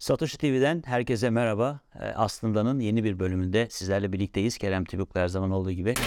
Satoshi TV'den herkese merhaba. Aslında'nın yeni bir bölümünde sizlerle birlikteyiz. Kerem Tibuk'la her zaman olduğu gibi.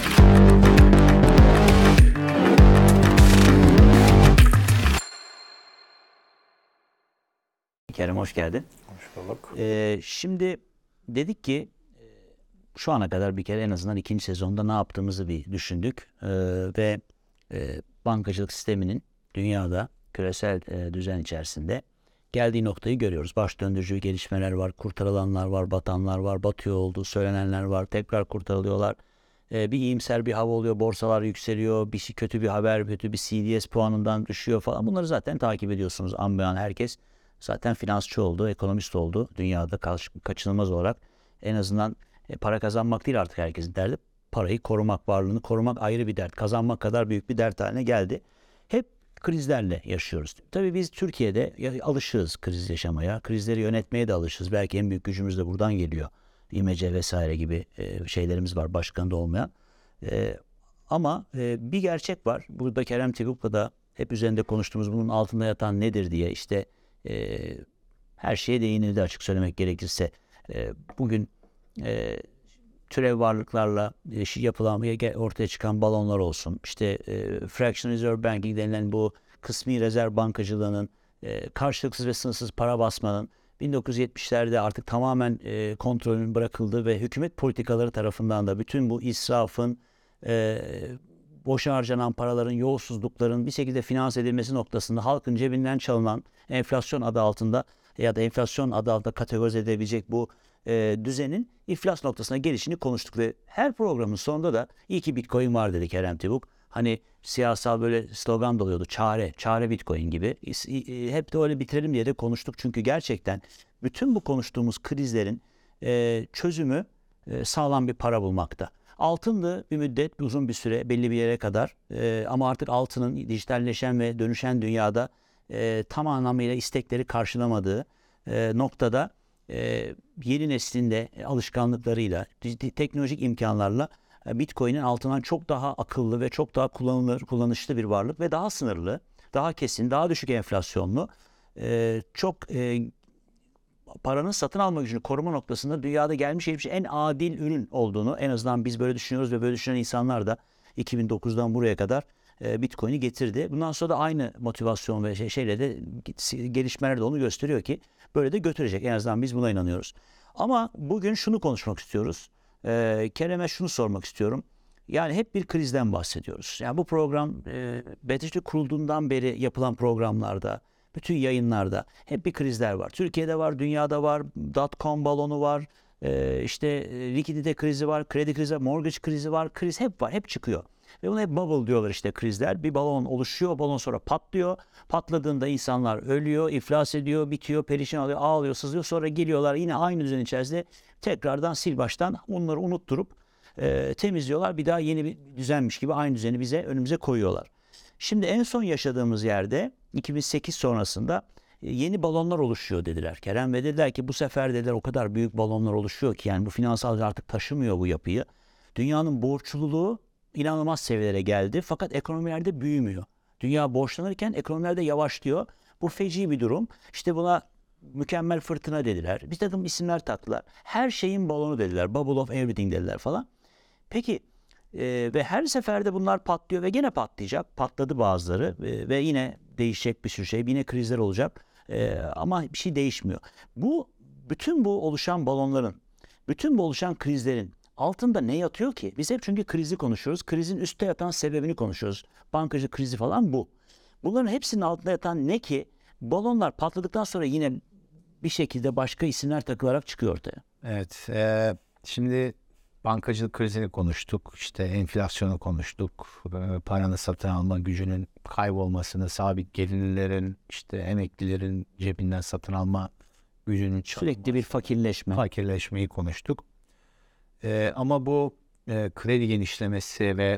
Kerem hoş geldin. Hoş bulduk. Şimdi dedik ki şu ana kadar bir kere en azından ikinci sezonda ne yaptığımızı bir düşündük. Ve bankacılık sisteminin dünyada küresel düzen içerisinde geldiği noktayı görüyoruz. Baş döndürücü gelişmeler var, kurtarılanlar var, batanlar var, batıyor olduğu söylenenler var, tekrar kurtarılıyorlar. Bir iyimser bir hava oluyor, borsalar yükseliyor, bir şey kötü bir haber, kötü bir CDS puanından düşüyor falan. Bunları zaten takip ediyorsunuz. An be an herkes zaten finansçı oldu, ekonomist oldu. Dünyada kaçınılmaz olarak en azından para kazanmak değil artık herkesin derdi. Parayı korumak, varlığını korumak ayrı bir dert. Kazanmak kadar büyük bir dert haline geldi. Hep krizlerle yaşıyoruz. Tabii biz Türkiye'de alışığız kriz yaşamaya. Krizleri yönetmeye de alışığız. Belki en büyük gücümüz de buradan geliyor. İMC vesaire gibi şeylerimiz var başkanında olmayan. Ama bir gerçek var. Burada Kerem Tibuk'la da hep üzerinde konuştuğumuz bunun altında yatan nedir diye işte her şeye değinildi açık söylemek gerekirse. Bugün türev varlıklarla yapılan ortaya çıkan balonlar olsun. İşte fractional reserve banking denilen bu kısmi rezerv bankacılığının karşılıksız ve sınırsız para basmanın 1970'lerde artık tamamen kontrolün bırakıldığı ve hükümet politikaları tarafından da bütün bu israfın, boşa harcanan paraların, yolsuzlukların bir şekilde finanse edilmesi noktasında halkın cebinden çalınan enflasyon adı altında ya da enflasyon adı altında kategorize edebilecek bu düzenin iflas noktasına gelişini konuştuk ve her programın sonunda da iyi ki Bitcoin var dedi Kerem Tibuk. Hani siyasal böyle slogan doluyordu. Çare Bitcoin gibi. Hep de öyle bitirelim diye de konuştuk. Çünkü gerçekten bütün bu konuştuğumuz krizlerin çözümü sağlam bir para bulmakta. Altındı bir müddet, uzun bir süre, belli bir yere kadar. Ama artık altının dijitalleşen ve dönüşen dünyada tam anlamıyla istekleri karşılamadığı noktada yeni neslin de alışkanlıklarıyla, teknolojik imkanlarla Bitcoin'in altından çok daha akıllı ve çok daha kullanışlı bir varlık ve daha sınırlı, daha kesin, daha düşük enflasyonlu, çok paranın satın alma gücünü koruma noktasında dünyada gelmiş en adil ürün olduğunu en azından biz böyle düşünüyoruz ve böyle düşünen insanlar da 2009'dan buraya kadar Bitcoin'i getirdi. Bundan sonra da aynı motivasyon ve şeyle de gelişmeler de onu gösteriyor ki böyle de götürecek. En azından biz buna inanıyoruz. Ama bugün şunu konuşmak istiyoruz. Kerem'e şunu sormak istiyorum. Yani hep bir krizden bahsediyoruz. Yani bu program BTC kurulduğundan beri yapılan programlarda, bütün yayınlarda hep bir krizler var. Türkiye'de var, dünyada var, dot-com balonu var, likidite krizi var, kredi krizi var, mortgage krizi var. Kriz hep var, hep çıkıyor. Ve buna hep bubble diyorlar işte krizler. Bir balon oluşuyor, balon sonra patlıyor. Patladığında insanlar ölüyor, iflas ediyor, bitiyor, perişan oluyor, ağlıyor, sızlıyor. Sonra geliyorlar yine aynı düzen içerisinde tekrardan sil baştan onları unutturup temizliyorlar. Bir daha yeni bir düzenmiş gibi aynı düzeni önümüze koyuyorlar. Şimdi en son yaşadığımız yerde 2008 sonrasında yeni balonlar oluşuyor dediler Kerem ve dediler ki bu sefer dediler o kadar büyük balonlar oluşuyor ki yani bu finansal artık taşımıyor bu yapıyı. Dünyanın borçluluğu inanılmaz seviyelere geldi fakat ekonomilerde büyümüyor. Dünya borçlanırken ekonomilerde yavaşlıyor. Bu feci bir durum. İşte buna mükemmel fırtına dediler. Bir takım isimler taktılar. Her şeyin balonu dediler. Bubble of everything dediler falan. Peki ve her seferde bunlar patlıyor ve gene patlayacak. Patladı bazıları ve yine değişecek bir sürü şey. Yine krizler olacak ama bir şey değişmiyor. Bütün bu oluşan balonların, bütün bu oluşan krizlerin altında ne yatıyor ki? Biz hep çünkü krizi konuşuyoruz. Krizin üstte yatan sebebini konuşuyoruz. Bankacı krizi falan bu. Bunların hepsinin altında yatan ne ki? Balonlar patladıktan sonra yine bir şekilde başka isimler takılarak çıkıyor ortaya. Evet, şimdi bankacılık krizini konuştuk, işte enflasyonu konuştuk, paranın satın alma gücünün kaybolmasını, sabit gelirlerin, işte emeklilerin cebinden satın alma gücünün sürekli bir fakirleşmeyi konuştuk. Ama bu kredi genişlemesi ve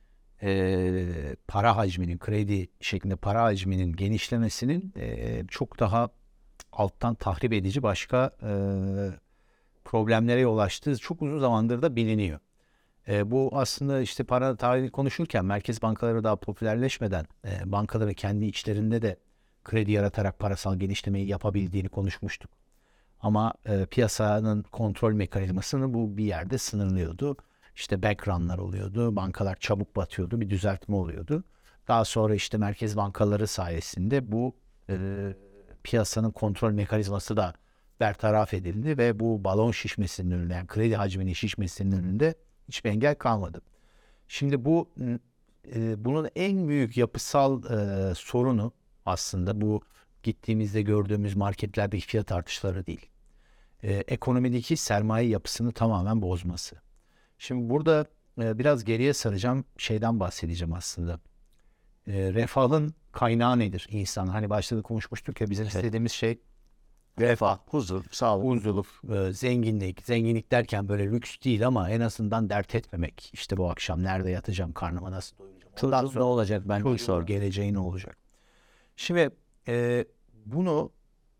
para hacminin, kredi şeklinde para hacminin genişlemesinin çok daha alttan tahrip edici başka problemlere yol açtığı çok uzun zamandır da biliniyor. Bu aslında işte para tarihi konuşurken merkez bankaları daha popülerleşmeden bankaları kendi içlerinde de kredi yaratarak parasal genişlemeyi yapabildiğini konuşmuştuk. Ama piyasanın kontrol mekanizmasını bu bir yerde sınırlıyordu. İşte backrun'lar oluyordu. Bankalar çabuk batıyordu. Bir düzeltme oluyordu. Daha sonra işte merkez bankaları sayesinde bu piyasanın kontrol mekanizması da bertaraf edildi ve bu balon şişmesinin önünde, yani kredi hacminin şişmesinin önünde hiçbir engel kalmadı. Şimdi bunun en büyük yapısal sorunu aslında bu gittiğimizde gördüğümüz marketlerdeki fiyat artışları değil. Ekonomideki sermaye yapısını tamamen bozması. Şimdi burada biraz geriye saracağım, şeyden bahsedeceğim aslında. Refahın kaynağı nedir insan? Hani başta da konuşmuştuk ya, bizim istediğimiz şey refah, huzur, sağlık, huzurluk, zenginlik. Zenginlik derken böyle lüks değil ama en azından dert etmemek. İşte bu akşam nerede yatacağım, karnıma nasıl doyuracağım? Ondan çocuğun ne olacak ben çocuğun sonra. geleceği ne olacak? Şimdi bunu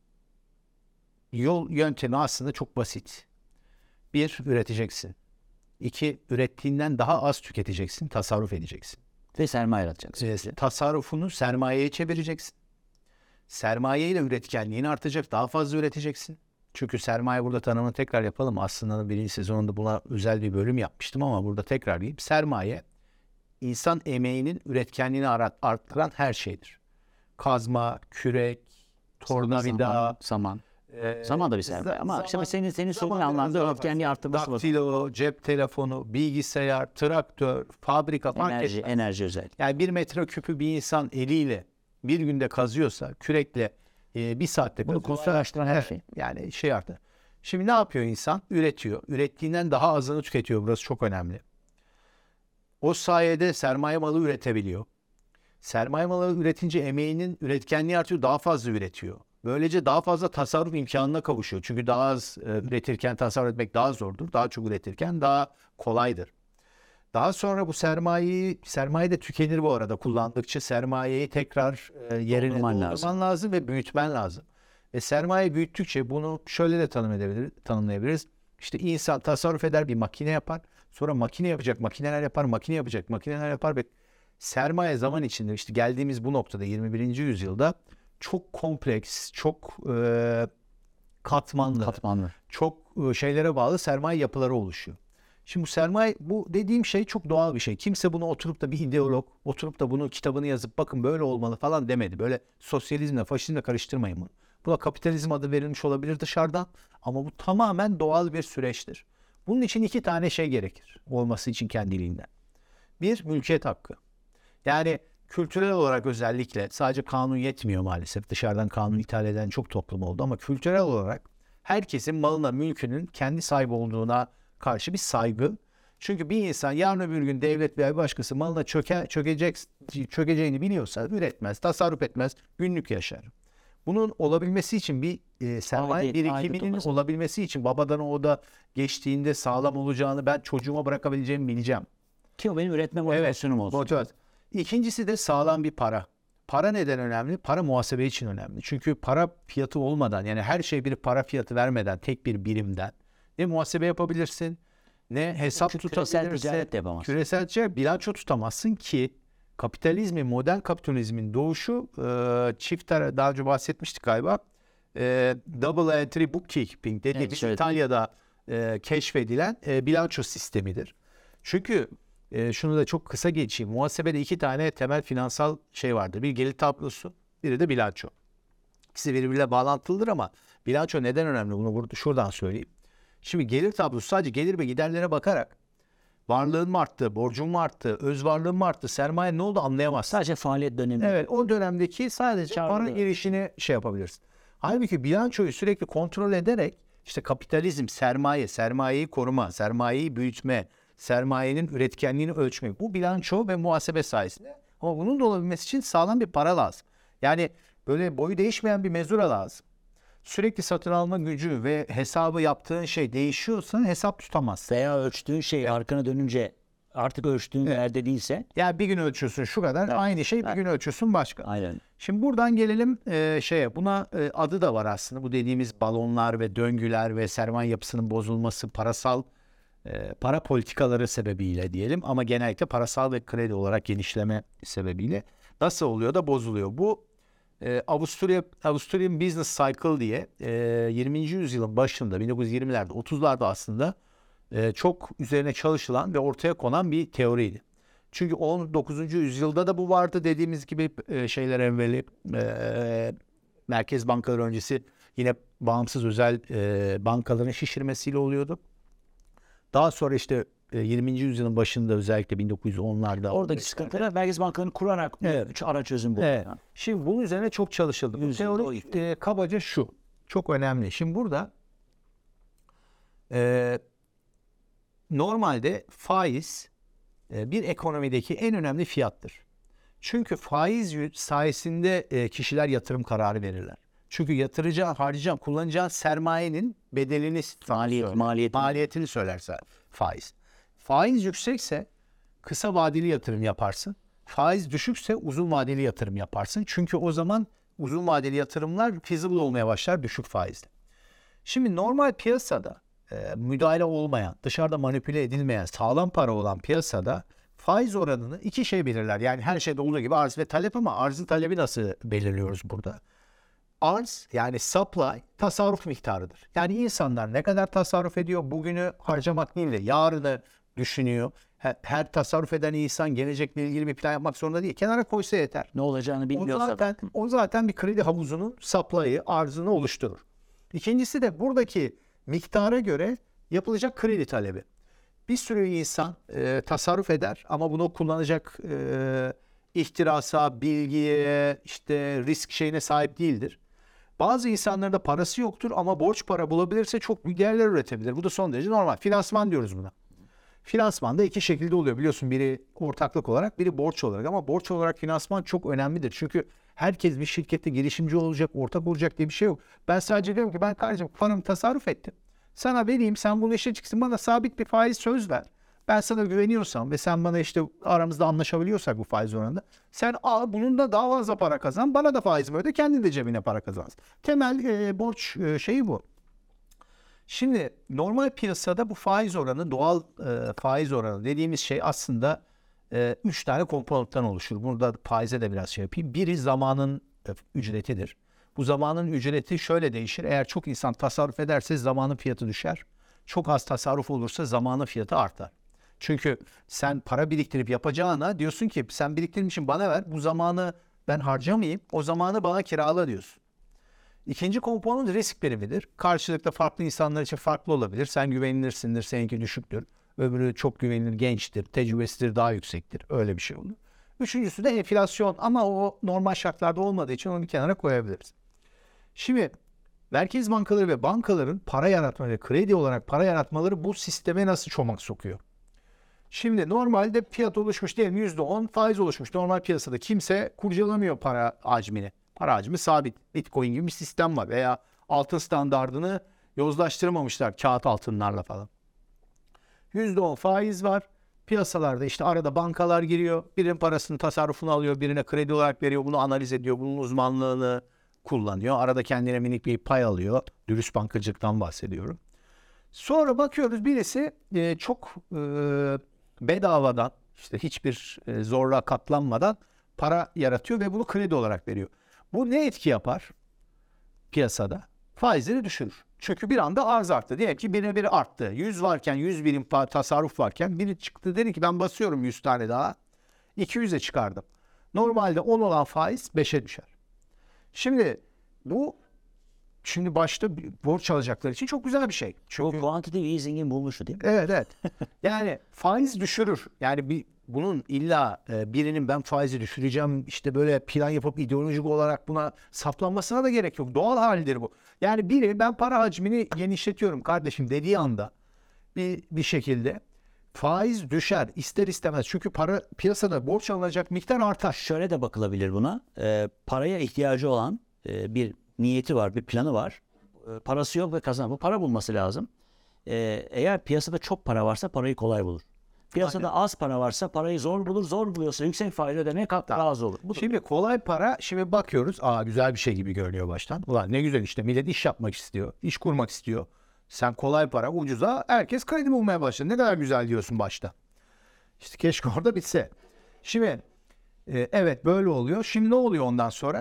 yöntemi aslında çok basit. Bir, üreteceksin. İki, ürettiğinden daha az tüketeceksin, tasarruf edeceksin. Ve sermaye yaratacaksın. Tasarrufunu sermayeye çevireceksin. Sermayeyle üretkenliğin artacak, daha fazla üreteceksin. Çünkü sermaye, burada tanımını tekrar yapalım. Aslında birinci sezonunda buna özel bir bölüm yapmıştım ama burada tekrar diyeyim. Sermaye, insan emeğinin üretkenliğini arttıran her şeydir. Kazma, kürek, tornavida, Saman. Zaman da bir sermaye ama işte senin sorduğun zaman anlamda biraz öfkenliği arttırması var. daktilo, cep telefonu, bilgisayar, traktör, fabrika, Enerji özel. yani 1 metreküpü bir insan eliyle bir günde kazıyorsa, kürekle bir saatte Bunu kolaylaştıran her şey. yani şey artı. Şimdi ne yapıyor insan? Üretiyor. Ürettiğinden daha azını tüketiyor. Burası çok önemli. O sayede sermaye malı üretebiliyor. Sermaye malı üretince emeğinin üretkenliği artıyor. Daha fazla üretiyor. Böylece daha fazla tasarruf imkanına kavuşuyor. Çünkü daha az üretirken tasarruf etmek daha zordur. Daha çok üretirken daha kolaydır. Daha sonra bu sermaye de tükenir bu arada. Kullandıkça sermayeyi tekrar yerine doldurman lazım ve büyütmen lazım. Ve sermaye büyüttükçe bunu şöyle de tanımlayabiliriz. İşte insan tasarruf eder, bir makine yapar. Sonra makine yapacak, makineler yapar, makine yapacak, makineler yapar ve sermaye zaman içinde, işte geldiğimiz bu noktada 21. yüzyılda çok kompleks, çok katmanlı, çok şeylere bağlı sermaye yapıları oluşuyor. Şimdi bu dediğim şey çok doğal bir şey. Kimse bunu oturup da bir ideolog, oturup da bunun kitabını yazıp bakın böyle olmalı falan demedi. Böyle sosyalizmle, faşizmle karıştırmayın bunu. Buna kapitalizm adı verilmiş olabilir dışarıdan ama bu tamamen doğal bir süreçtir. Bunun için 2 tane şey gerekir olması için kendiliğinden. Bir, mülkiyet hakkı. Yani kültürel olarak özellikle, sadece kanun yetmiyor maalesef. Dışarıdan kanun ithal eden çok toplum oldu ama kültürel olarak herkesin malına, mülkünün kendi sahibi olduğuna karşı bir saygı. Çünkü bir insan yarın öbür gün devlet veya bir başkası malına çökeceğini biliyorsa üretmez, tasarruf etmez, günlük yaşar. Bunun olabilmesi için bir sermaye birikiminin olabilmesi için babadan oğula geçtiğinde sağlam olacağını ben çocuğuma bırakabileceğimi bileceğim. Ki o benim üretme motivasyonum olsun. Motivasyon. İkincisi de sağlam bir para. Para neden önemli? Para muhasebe için önemli. Çünkü para fiyatı olmadan, yani her şey bir para fiyatı vermeden, tek bir birimden ne muhasebe yapabilirsin, ne hesap tutabilirsin. Küresel ticaret de yapamazsın. Küresel ticaret, bilanço tutamazsın ki modern kapitalizmin doğuşu daha önce bahsetmiştik galiba. Double entry bookkeeping dediğimiz İtalya'da keşfedilen bilanço sistemidir. Çünkü şunu da çok kısa geçeyim. Muhasebede 2 tane temel finansal şey vardır. Bir gelir tablosu, biri de bilanço. İkisi birbiriyle bağlantılıdır ama bilanço neden önemli? Bunu şuradan söyleyeyim. Şimdi gelir tablosu sadece gelir ve giderlere bakarak varlığın mı arttı, borcun mu arttı, öz varlığın mı arttı, sermaye ne oldu anlayamazsın. Sadece faaliyet dönemi. Evet, o dönemdeki sadece para girişini şey yapabilirsin. Halbuki bilançoyu sürekli kontrol ederek işte kapitalizm, sermayeyi koruma, sermayeyi büyütme, sermayenin üretkenliğini ölçmek. Bu bilanço ve muhasebe sayesinde. Ama bunun da olabilmesi için sağlam bir para lazım. Yani böyle boyu değişmeyen bir mezura lazım. Sürekli satın alma gücü ve hesabı yaptığın şey değişiyorsa hesap tutamazsın. Veya ölçtüğün şey arkana dönünce artık ölçtüğün yerde değilse. Yani bir gün ölçüyorsun şu kadar, aynı şey bir gün ölçüyorsun başka. Aynen. Şimdi buradan gelelim buna adı da var aslında. Bu dediğimiz balonlar ve döngüler ve sermaye yapısının bozulması, para politikaları sebebiyle diyelim ama genellikle parasal ve kredi olarak genişleme sebebiyle nasıl oluyor da bozuluyor? Bu Austrian Business Cycle diye 20. yüzyılın başında 1920'lerde 30'larda aslında çok üzerine çalışılan ve ortaya konan bir teoriydi. Çünkü 19. yüzyılda da bu vardı dediğimiz gibi şeyler evveli merkez bankaları öncesi yine bağımsız özel bankaların şişirmesiyle oluyordu. Daha sonra işte 20. yüzyılın başında özellikle 1910'larda Oradaki sıkıntılar merkez bankalarını kurarak ara çözüm bu. Evet. Şimdi bunun üzerine çok çalışıldı. Bu teori kabaca şu. Çok önemli. Şimdi burada normalde faiz bir ekonomideki en önemli fiyattır. Çünkü faiz sayesinde kişiler yatırım kararı verirler. Çünkü yatıracağın, harcayacağın, kullanacağın sermayenin bedelini, maliyetini söylerse faiz. Faiz yüksekse kısa vadeli yatırım yaparsın. Faiz düşükse uzun vadeli yatırım yaparsın. Çünkü o zaman uzun vadeli yatırımlar feasible olmaya başlar düşük faizle. Şimdi normal piyasada müdahale olmayan, dışarıda manipüle edilmeyen, sağlam para olan piyasada faiz oranını iki şey belirler. Yani her şeyde olduğu gibi arz ve talep, ama arzı talebi nasıl belirliyoruz burada? Arz yani supply tasarruf miktarıdır. Yani insanlar ne kadar tasarruf ediyor, bugünü harcamak değil de yarını düşünüyor. Her tasarruf eden insan gelecekle ilgili bir plan yapmak zorunda değil. Kenara koysa yeter. Ne olacağını bilmiyorsa. O zaten bir kredi havuzunun supply'ı, arzını oluşturur. İkincisi de buradaki miktara göre yapılacak kredi talebi. Bir sürü insan tasarruf eder ama bunu kullanacak ihtirasa, bilgiye, işte risk şeyine sahip değildir. Bazı insanların da parası yoktur ama borç para bulabilirse çok büyük değerler üretebilir. Bu da son derece normal. Finansman diyoruz buna. Finansman da iki şekilde oluyor biliyorsun. Biri ortaklık olarak, biri borç olarak. Ama borç olarak finansman çok önemlidir. Çünkü herkes bir şirkette girişimci olacak, ortak olacak diye bir şey yok. Ben sadece diyorum ki ben kardeşim paramı tasarruf ettim. Sana vereyim, sen bunu işe çıksın, bana sabit bir faiz söz ver. Ben sana güveniyorsam ve sen bana işte aramızda anlaşabiliyorsak bu faiz oranında, sen al bunun da daha fazla para kazan, bana da faizimi öde, kendin de cebine para kazansın. Temel borç şeyi bu. Şimdi normal piyasada bu faiz oranı, doğal faiz oranı dediğimiz şey aslında 3 tane komponentten oluşur. Burada faize de biraz şey yapayım. Biri zamanın ücretidir. Bu zamanın ücreti şöyle değişir. Eğer çok insan tasarruf ederse zamanın fiyatı düşer. Çok az tasarruf olursa zamanın fiyatı artar. Çünkü sen para biriktirip yapacağına diyorsun ki sen biriktirmişsin bana ver. Bu zamanı ben harcamayayım. O zamanı bana kirala diyorsun. İkinci komponent risk birimidir. Karşılıklı farklı insanlar için farklı olabilir. Sen güvenilirsindir, seninki düşüktür. Öbürü çok güvenilir, gençtir, tecrübesidir, daha yüksektir. Öyle bir şey olur. Üçüncüsü de enflasyon, ama o normal şartlarda olmadığı için onu bir kenara koyabiliriz. Şimdi merkez bankaları ve bankaların para yaratmaları, kredi olarak para yaratmaları bu sisteme nasıl çomak sokuyor? Şimdi normalde fiyat oluşmuş diyelim %10 faiz oluşmuş. Normal piyasada kimse kurcalamıyor para hacmini. Para hacmi sabit. Bitcoin gibi bir sistem var veya altın standardını yozlaştırmamışlar kağıt altınlarla falan. %10 faiz var. Piyasalarda işte arada bankalar giriyor. Birinin parasını, tasarrufunu alıyor. Birine kredi olarak veriyor. Bunu analiz ediyor. Bunun uzmanlığını kullanıyor. Arada kendine minik bir pay alıyor. Dürüst bankacılıktan bahsediyorum. Sonra bakıyoruz birisi çok bedavadan, işte hiçbir zorluğa katlanmadan para yaratıyor ve bunu kredi olarak veriyor. Bu ne etki yapar piyasada? Faizleri düşürür. Çünkü bir anda arz arttı. Diyelim ki biri arttı. 100 varken, 100 birim tasarruf varken biri çıktı dedi ki ben basıyorum 100 tane daha. 200'e çıkardım. Normalde 10 olan faiz 5'e düşer. Şimdi bu başta borç alacaklar için çok güzel bir şey. Çünkü bu quantitative easing'in bulmuşu değil mi? Evet. Yani faiz düşürür. Yani bunun illa birinin ben faizi düşüreceğim işte böyle plan yapıp ideolojik olarak buna saplanmasına da gerek yok. Doğal halidir bu. Yani biri ben para hacmini genişletiyorum kardeşim dediği anda bir şekilde faiz düşer ister istemez. Çünkü piyasada borç alınacak miktar artar. Şöyle de bakılabilir buna. Paraya ihtiyacı olan bir niyeti var, bir planı var. Parası yok ve kazanır. Bu para bulması lazım. Eğer piyasada çok para varsa parayı kolay bulur. Piyasada az para varsa parayı zor bulur. Zor buluyorsa yüksek faiz ödemeye daha az olur. Şimdi kolay para, şimdi bakıyoruz. Güzel bir şey gibi görünüyor baştan. Ulan ne güzel işte millet iş yapmak istiyor. İş kurmak istiyor. Sen kolay para ucuza herkes kredi bulmaya başladı. Ne kadar güzel diyorsun başta. İşte keşke orada bitse. Şimdi evet böyle oluyor. Şimdi ne oluyor ondan sonra?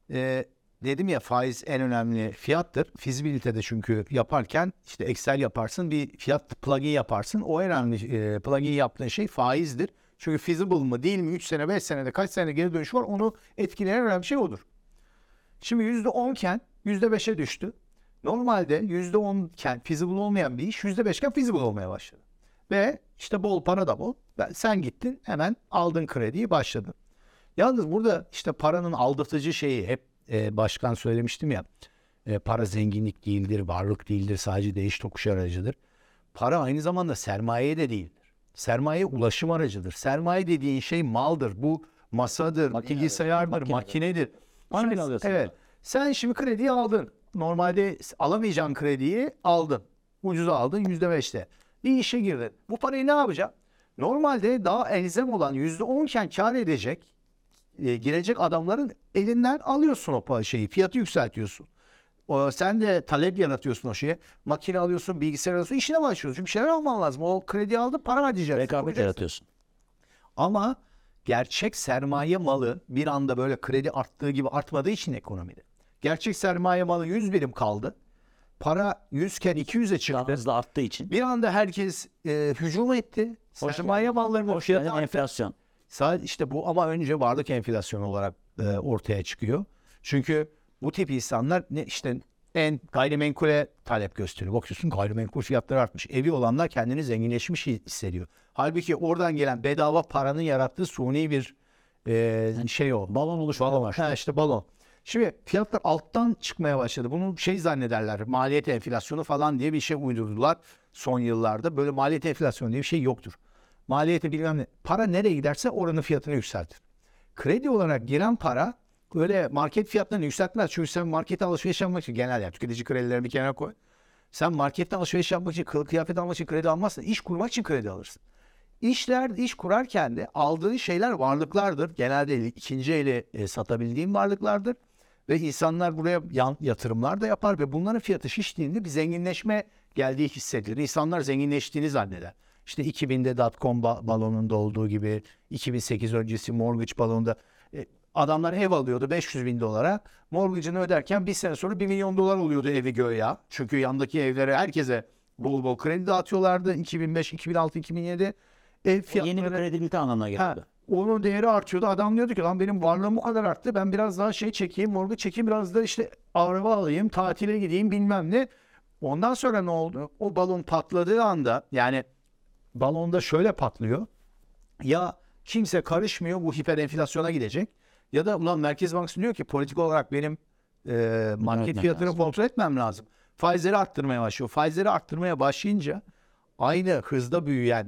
dedim ya faiz en önemli fiyattır. Fizibilitede çünkü yaparken işte Excel yaparsın, bir fiyat plugin yaparsın. O en önemli plugin yaptığın şey faizdir. Çünkü feasible mı değil mi 3 sene 5 senede kaç sene geri dönüş var onu etkileyen önemli şey odur. Şimdi %10 iken %5'e düştü. Normalde %10 iken feasible olmayan bir iş %5 iken feasible olmaya başladı. Ve işte bol para da bol. Sen gittin hemen aldın krediyi başladın. Yalnız burada işte paranın aldatıcı şeyi hep başkan söylemiştim ya. Para zenginlik değildir, varlık değildir, sadece değiş tokuş aracıdır. Para aynı zamanda sermaye de değildir. Sermaye ulaşım aracıdır. Sermaye dediğin şey maldır. Bu masadır, bilgisayardır, makinedir. Makine alıyorsun. Evet. Sen şimdi krediyi aldın. Normalde alamayacağın krediyi aldın. Ucuza aldın %5'te. Bir işe girdin. Bu parayı ne yapacaksın? Normalde daha elzem olan %10 iken kar edecek, girecek adamların elinden alıyorsun o şeyi. Fiyatı yükseltiyorsun. Sen de talep yaratıyorsun o şeye. Makine alıyorsun, bilgisayar alıyorsun, işine başlıyorsun. Çünkü bir şeyler alman lazım. O kredi aldın, para ödeyeceksin. Rekabet yaratıyorsun. Ama gerçek sermaye malı bir anda böyle kredi arttığı gibi artmadığı için ekonomide. Gerçek sermaye malı 100 birim kaldı. Para 100 iken 200'e çıktı. Hızla arttığı için. Bir anda herkes hücum etti. Sermaye mallarının fiyatı arttı. Enflasyon. Sadece işte bu ama önce varlık enflasyonu olarak ortaya çıkıyor. Çünkü bu tip insanlar işte en gayrimenkule talep gösteriyor. Bakıyorsun gayrimenkul fiyatları artmış. Evi olanlar kendini zenginleşmiş hissediyor. Halbuki oradan gelen bedava paranın yarattığı suni bir şey o. Balon oluşumu var. Ha işte balon. Şimdi fiyatlar alttan çıkmaya başladı. Bunu şey zannederler. Maliyet enflasyonu falan diye bir şey uydurdular son yıllarda. Böyle maliyet enflasyonu diye bir şey yoktur. Maliyeti bilmem ne. Para nereye giderse oranın fiyatını yükseltir. Kredi olarak giren para öyle market fiyatlarını yükseltmez. Çünkü sen markete alışveriş yapmak için genel yani tüketici kredilerini bir kenara koy. Sen markette alışveriş yapmak için, kılık kıyafet almak için kredi almazsın. İş kurmak için kredi alırsın. İş kurarken de aldığın şeyler varlıklardır. Genelde ikinci eli satabildiğin varlıklardır. Ve insanlar buraya yatırımlar da yapar ve bunların fiyatı şiştiğinde bir zenginleşme geldiği hissedilir. İnsanlar zenginleştiğini zanneder. İşte 2000'de dotcom balonunda olduğu gibi 2008 öncesi mortgage balonunda adamlar ev alıyordu 500 bin dolara. Mortgage'ını öderken bir sene sonra 1 milyon dolar oluyordu evi göğe. Çünkü yandaki evlere herkese bol bol kredi dağıtıyorlardı. 2005, 2006, 2007 ev fiyatları. Yeni bir kredibilite anlamına geliyordu. Onun değeri artıyordu. Adam diyordu ki lan benim varlığım bu kadar arttı. Ben biraz daha şey çekeyim, mortgage çekeyim. Biraz da işte araba alayım, tatile gideyim bilmem ne. Ondan sonra ne oldu? O balon patladığı anda yani balonda şöyle patlıyor. Ya kimse karışmıyor bu hiper enflasyona gidecek. Ya da ulan Merkez Bankası diyor ki politik olarak benim market fiyatını kontrol etmem lazım. Faizleri arttırmaya başlıyor. Faizleri arttırmaya başlayınca aynı hızda büyüyen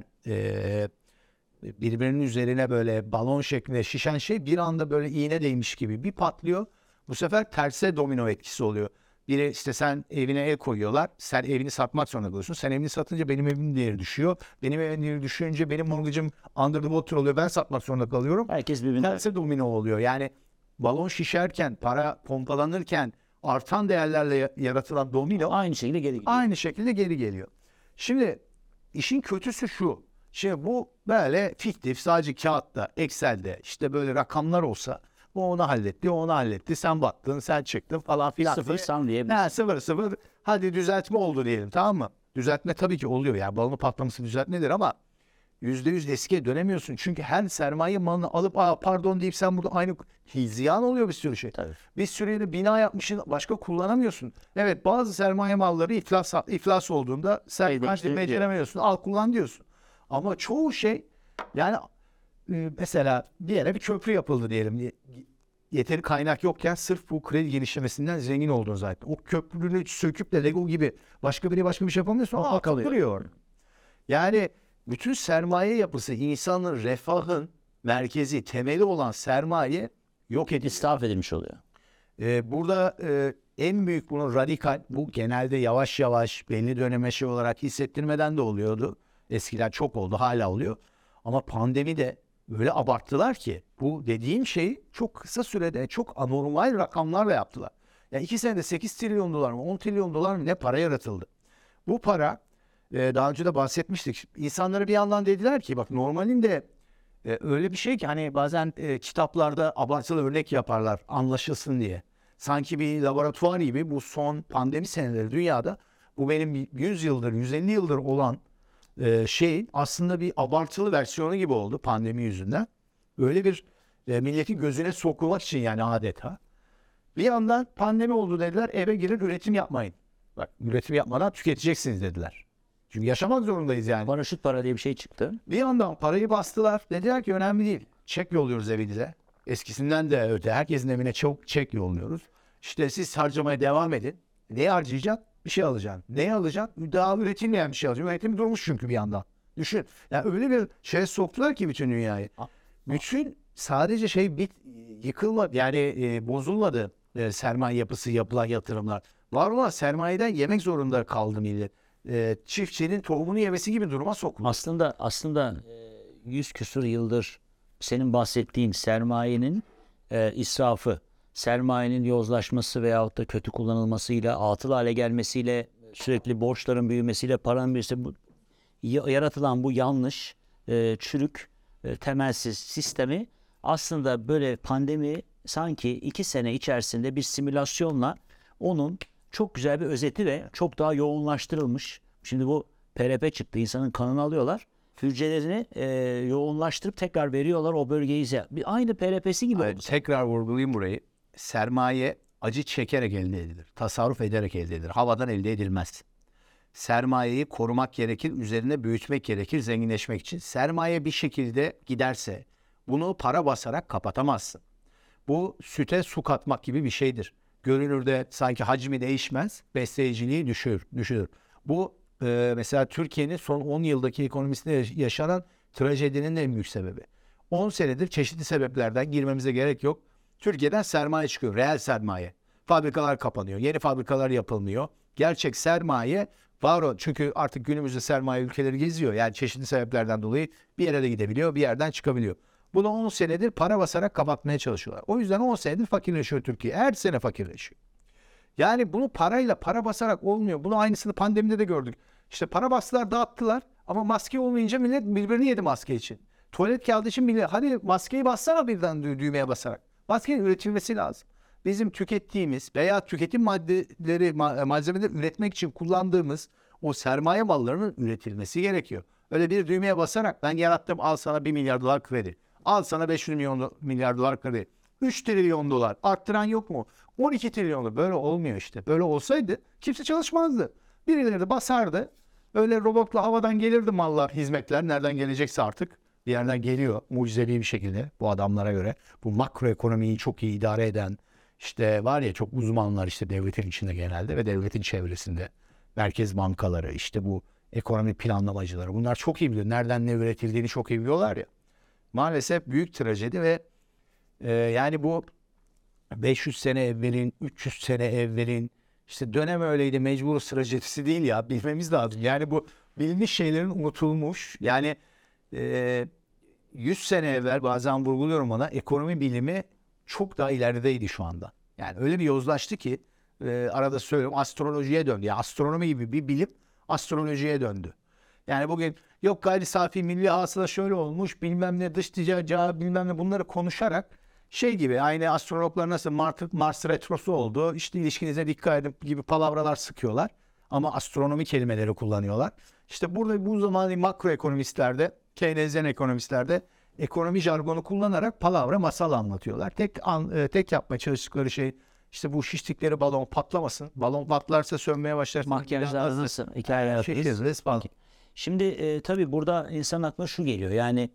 birbirinin üzerine böyle balon şeklinde şişen şey bir anda böyle iğne değmiş gibi bir patlıyor. Bu sefer terse domino etkisi oluyor. Biri işte sen evine el koyuyorlar. Sen evini satmak zorunda kalıyorsun. Sen evini satınca benim evimin değeri düşüyor. Benim evimin değeri düşünce benim mortgage'ım under the water oluyor. Ben satmak zorunda kalıyorum. Herkes birbirine. Terse domino oluyor. Yani balon şişerken, para pompalanırken artan değerlerle yaratılan domino Aynı şekilde geri gidiyor. aynı şekilde geri geliyor. Şimdi işin kötüsü şu. Şimdi bu böyle fiktif sadece kağıtta, Excel'de işte böyle rakamlar olsa bu onu halletti, onu halletti. Sen battın, sen çıktın falan filan. Sıfır san diyebiliriz. Ha, 0-0 hadi düzeltme oldu diyelim tamam mı? Düzeltme tabii ki oluyor yani balonu patlaması düzeltmedir ama %100 eskiye dönemiyorsun. Çünkü her sermaye malını alıp pardon deyip sen burada aynı ziyan oluyor bir sürü şey. Tabii. Bir sürü bina yapmışsın başka kullanamıyorsun. Evet bazı sermaye malları iflas olduğunda sen değiştirebiliyor. beceremiyorsun. Al kullan diyorsun. Ama çoğu şey yani mesela bir yere bir köprü yapıldı diyelim. Yeteri kaynak yokken sırf bu kredi genişlemesinden zengin oldun zaten. O köprünü söküp de Lego gibi başka biri başka bir şey yapamıyorsun. Ama kalıyor. Yani bütün sermaye yapısı insanın refahın merkezi, temeli olan sermaye yok edildi. İsraf edilmiş oluyor. Burada en büyük bunun radikal, bu genelde yavaş yavaş belli döneme şey olarak hissettirmeden de oluyordu. Eskiden çok oldu, hala oluyor. Ama pandemide böyle abarttılar ki bu dediğim şeyi çok kısa sürede çok anormal rakamlarla yaptılar. Yani 2 senede 8 trilyon dolar mı 10 trilyon dolar mı ne para yaratıldı. Bu para daha önce de bahsetmiştik. İnsanlara bir yandan dediler ki bak normalinde Öyle bir şey ki hani bazen kitaplarda abartılı örnek yaparlar anlaşılsın diye. Sanki bir laboratuvar gibi bu son pandemi seneleri dünyada bu benim 100 yıldır, 150 yıldır olan şey aslında bir abartılı versiyonu gibi oldu pandemi yüzünden. Böyle bir milletin gözüne sokulmak için yani adeta. Bir yandan pandemi oldu dediler, eve girin üretim yapmayın. Bak üretim yapmadan tüketeceksiniz dediler. Çünkü yaşamak zorundayız yani. Paraşüt para diye bir şey çıktı. Bir yandan parayı bastılar. Dediler ki önemli değil. Çek yolluyoruz evinize. Eskisinden de öte. Herkesin evine çok çek yolluyoruz. İşte siz harcamaya devam edin. Neyi harcayacaksın? Bir şey alacaksın. Neyi alacaksın? Daha üretilmeyen bir şey alacaksın. Üretim durmuş çünkü bir yandan. Düşün. Yani öyle bir şeye soktular ki bütün dünyayı. Bütün sadece yıkılmadı. Yani bozulmadı sermaye yapısı, yapılan yatırımlar. Var olan sermayeden yemek zorunda kaldı millet. Çiftçinin tohumunu yemesi gibi duruma sokuldu. Aslında 100 küsur yıldır senin bahsettiğin sermayenin israfı, sermayenin yozlaşması veyahut da kötü kullanılmasıyla, atıl hale gelmesiyle, sürekli borçların büyümesiyle, paranın büyümesiyle yaratılan bu yanlış, çürük, temelsiz sistemi aslında böyle pandemi sanki 2 sene içerisinde bir simülasyonla onun çok güzel bir özeti ve çok daha yoğunlaştırılmış. Şimdi bu PRP çıktı. İnsanın kanını alıyorlar. Hücrelerini yoğunlaştırıp tekrar veriyorlar o bölgeyi. Aynı PRP'si gibi oldu. Tekrar vurgulayayım burayı. Sermaye acı çekerek elde edilir. Tasarruf ederek elde edilir. Havadan elde edilmez. Sermayeyi korumak gerekir, üzerine büyütmek gerekir zenginleşmek için. Sermaye bir şekilde giderse bunu para basarak kapatamazsın. Bu süte su katmak gibi bir şeydir. Görünürde sanki hacmi değişmez, besleyiciliği düşürür. Bu mesela Türkiye'nin son 10 yıldaki ekonomisinde yaşanan trajedinin en büyük sebebi. 10 senedir çeşitli sebeplerden girmemize gerek yok. Türkiye'den sermaye çıkıyor, reel sermaye. Fabrikalar kapanıyor, yeni fabrikalar yapılmıyor. Gerçek sermaye var o. Çünkü artık günümüzde sermaye ülkeleri geziyor. Yani çeşitli sebeplerden dolayı bir yere de gidebiliyor, bir yerden çıkabiliyor. Bunu 10 senedir para basarak kapatmaya çalışıyorlar. O yüzden 10 senedir fakirleşiyor Türkiye. Her sene fakirleşiyor. Yani bunu para basarak olmuyor. Bunu aynısını pandemide de gördük. İşte para bastılar, dağıttılar ama maske olmayınca millet birbirini yedi maske için. Tuvalet kağıdı için millet hadi maskeyi bassana birden düğmeye basarak. Maskenin üretilmesi lazım. Bizim tükettiğimiz veya tüketim malzemeleri üretmek için kullandığımız o sermaye mallarının üretilmesi gerekiyor. Öyle bir düğmeye basarak ben yarattım al sana 1 milyar dolar kredi. Al sana 500 milyar dolar kredi. 3 trilyon dolar. Arttıran yok mu? 12 trilyon dolar. Böyle olmuyor işte. Böyle olsaydı kimse çalışmazdı. Birileri de basardı. Öyle robotla havadan gelirdi mallar, hizmetler. Nereden gelecekse artık. Bir yerden geliyor. Mucizevi bir şekilde bu adamlara göre. Bu makro ekonomiyi çok iyi idare eden işte var ya çok uzmanlar işte devletin içinde genelde ve devletin çevresinde. Merkez bankaları işte bu ekonomi planlamacıları. Bunlar çok iyi biliyor. Nereden ne üretildiğini çok iyi biliyorlar ya. Maalesef büyük trajedi ve yani bu 500 sene evvelin, 300 sene evvelin işte dönem öyleydi mecbur trajedisi değil ya bilmemiz lazım. Yani bu bilinmiş şeylerin unutulmuş. Yani 100 sene evvel bazen vurguluyorum ona ekonomi bilimi çok daha ilerideydi şu anda. Yani öyle bir yozlaştı ki arada söylüyorum astrolojiye döndü. Yani astronomi gibi bir bilim astrolojiye döndü. Yani bugün yok gayri safi milli hasıla şöyle olmuş bilmem ne dış ticaret bilmem ne bunları konuşarak şey gibi aynı astrologlar nasıl Mars retrosu oldu işte ilişkinize dikkat edin gibi palavralar sıkıyorlar ama astronomi kelimeleri kullanıyorlar. İşte burada bu zaman makro ekonomistlerde Keynesyen ekonomistlerde ekonomi jargonu kullanarak palavra masal anlatıyorlar. Tek yapmaya çalıştıkları şey işte bu şiştikleri balon patlamasın. Balon patlarsa sönmeye başlar. Makyajlar nasıl? Hikayeler. Şimdi tabii burada insan aklına şu geliyor. Yani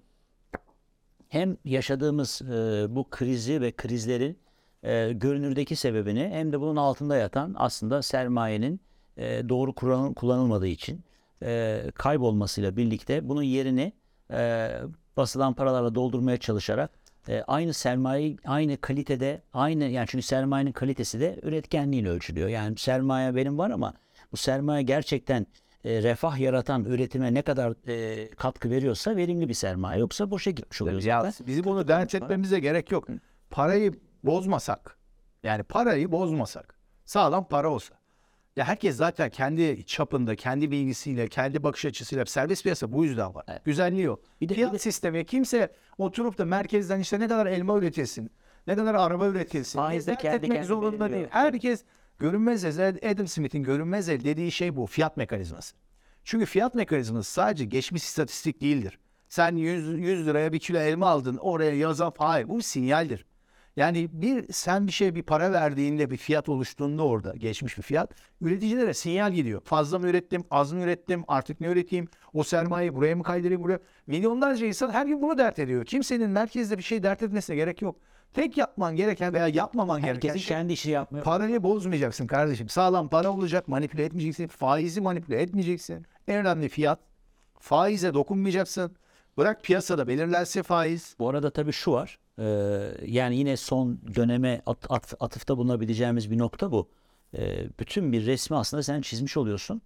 hem yaşadığımız bu krizi ve krizlerin görünürdeki sebebini hem de bunun altında yatan aslında sermayenin doğru kullanılmadığı için kaybolmasıyla birlikte bunun yerini basılan paralarla doldurmaya çalışarak aynı sermaye aynı kalitede aynı yani çünkü sermayenin kalitesi de üretkenliğiyle ölçülüyor. Yani sermaye benim var ama bu sermaye gerçekten refah yaratan üretime ne kadar katkı veriyorsa verimli bir sermaye yoksa boşa gitmiş oluyor. Ya, bizim bunu dert etmemize gerek yok. Parayı bozmasak yani parayı bozmasak sağlam para olsa Ya herkes zaten kendi çapında, kendi bilgisiyle, kendi bakış açısıyla serbest piyasa bu yüzden var. Evet. Güzelliği o. Bir de- Fiyat sistemi kimse oturup da merkezden işte ne kadar elma üretilsin, ne kadar araba üretilsin. Faiz de dert kendi etmek kendine zorunda belirliyor. değil. Herkes görünmez el, Adam Smith'in görünmez el dediği şey bu. Fiyat mekanizması. Çünkü fiyat mekanizması sadece geçmiş istatistik değildir. Sen 100 liraya bir kilo elma aldın, oraya yazan hayır, bu bir sinyaldir. Yani sen bir para verdiğinde bir fiyat oluştuğunda orada geçmiş bir fiyat üreticilere sinyal gidiyor. Fazla mı ürettim, az mı ürettim, artık ne üreteyim, o sermayeyi buraya mı kaydırayım, buraya. Milyonlarca insan her gün bunu dert ediyor. Kimsenin merkezde bir şey dert etmesine gerek yok. Tek yapman gereken veya yapmaman gereken Herkesin şey kendi işini yapmıyor. parayı bozmayacaksın kardeşim. Sağlam para olacak, manipüle etmeyeceksin, faizi manipüle etmeyeceksin. En önemli fiyat. Faize dokunmayacaksın. Bırak piyasada belirlense faiz. Bu arada tabii şu var. Yani yine son döneme atıfta bulunabileceğimiz bir nokta bu. Bütün bir resmi aslında sen çizmiş oluyorsun.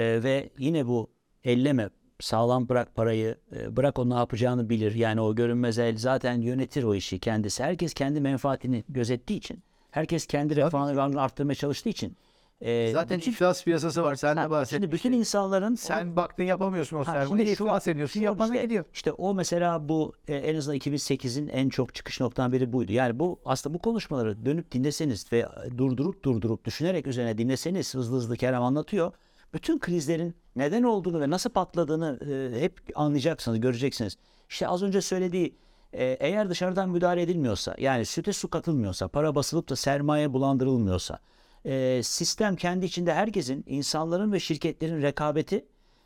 Ve yine bu elleme, sağlam bırak parayı, bırak o ne yapacağını bilir. Yani o görünmez el zaten yönetir o işi kendisi. Herkes kendi menfaatini gözettiği için, herkes kendi refahını arttırmaya çalıştığı için. Zaten iflas piyasası var. Sen de Şimdi bahsetmiştin. bütün insanların Sen baktın yapamıyorsun o sermayeyi. şimdi şu İflas ediyorsun. Yapana işte, gidiyor. işte o mesela bu en azından 2008'in en çok çıkış noktadan biri buydu. Yani bu aslında bu konuşmaları dönüp dinleseniz ve durdurup düşünerek üzerine dinleseniz hızlı Kerem anlatıyor. Bütün krizlerin neden olduğunu ve nasıl patladığını hep anlayacaksınız, göreceksiniz. İşte az önce söylediği eğer dışarıdan müdahale edilmiyorsa, yani süte su katılmıyorsa, para basılıp da sermaye bulandırılmıyorsa, sistem kendi içinde herkesin, insanların ve şirketlerin rekabeti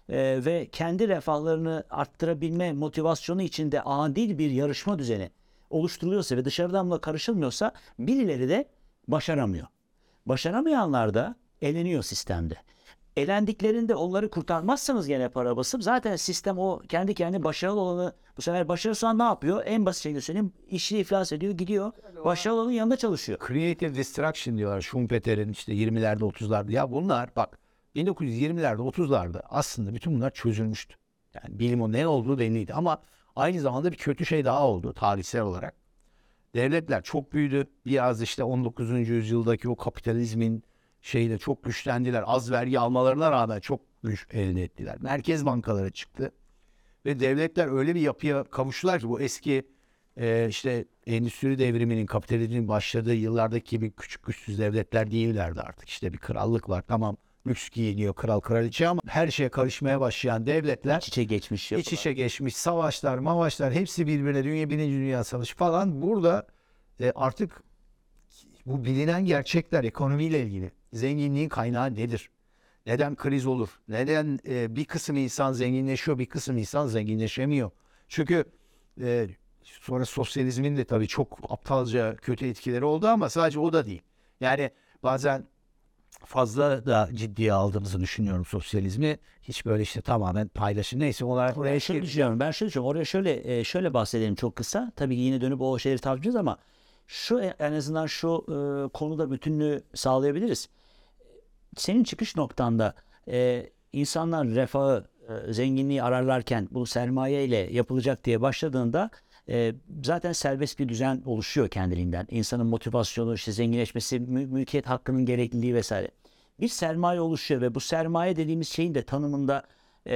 ve kendi refahlarını arttırabilme motivasyonu içinde adil bir yarışma düzeni oluşturuluyorsa ve dışarıdan buna karışılmıyorsa birileri de başaramıyor. Başaramayanlar da eleniyor sistemde. Elendiklerinde onları kurtarmazsanız gene para basıp zaten sistem o kendi kendine başarılı olanı bu sefer başarısız olan ne yapıyor? En basit şekilde söyleyeyim, işi iflas ediyor, gidiyor. Başarılı olanın yanında çalışıyor. Creative Destruction diyorlar. Schumpeter'in işte 20'lerde 30'larda. Ya bunlar bak 1920'lerde 30'larda aslında bütün bunlar çözülmüştü. Yani bilim o ne olduğu belliydi ama aynı zamanda bir kötü şey daha oldu tarihsel olarak. Devletler çok büyüdü. Biraz işte 19. yüzyıldaki o kapitalizmin şeyle çok güçlendiler. Az vergi almalarına rağmen çok güç elde ettiler. Merkez bankaları çıktı. Ve devletler öyle bir yapıya kavuştular ki bu eski işte endüstri devriminin, kapitalizmin başladığı yıllardaki gibi küçük güçsüz devletler değillerdi artık. İşte bir krallık var. Tamam lüks giyiniyor kral kraliçe ama her şeye karışmaya başlayan devletler İç içe geçmiş yapılar. iç içe geçmiş savaşlar, mavaşlar hepsi birbirine Birinci Dünya Savaşı falan. Burada artık bu bilinen gerçekler ekonomiyle ilgili. Zenginliğin kaynağı nedir? Neden kriz olur? Neden bir kısım insan zenginleşiyor, bir kısım insan zenginleşemiyor? Çünkü sonra sosyalizmin de tabii çok aptalca kötü etkileri oldu ama sadece o da değil. Yani bazen fazla da ciddiye aldığımızı düşünüyorum sosyalizmi. Hiç böyle işte tamamen paylaşım neyse olarak oraya Şöyle düşünüyorum. Ben şöyle düşünüyorum. Oraya şöyle bahsedelim çok kısa. Tabii yine dönüp o şeyleri tartışacağız ama şu en azından şu konuda bütünlüğü sağlayabiliriz. Senin çıkış noktanda insanlar refahı, zenginliği ararlarken bu sermaye ile yapılacak diye başladığında zaten serbest bir düzen oluşuyor kendiliğinden. İnsanın motivasyonu, işte zenginleşmesi, mülkiyet hakkının gerekliliği vesaire. Bir sermaye oluşuyor ve bu sermaye dediğimiz şeyin de tanımında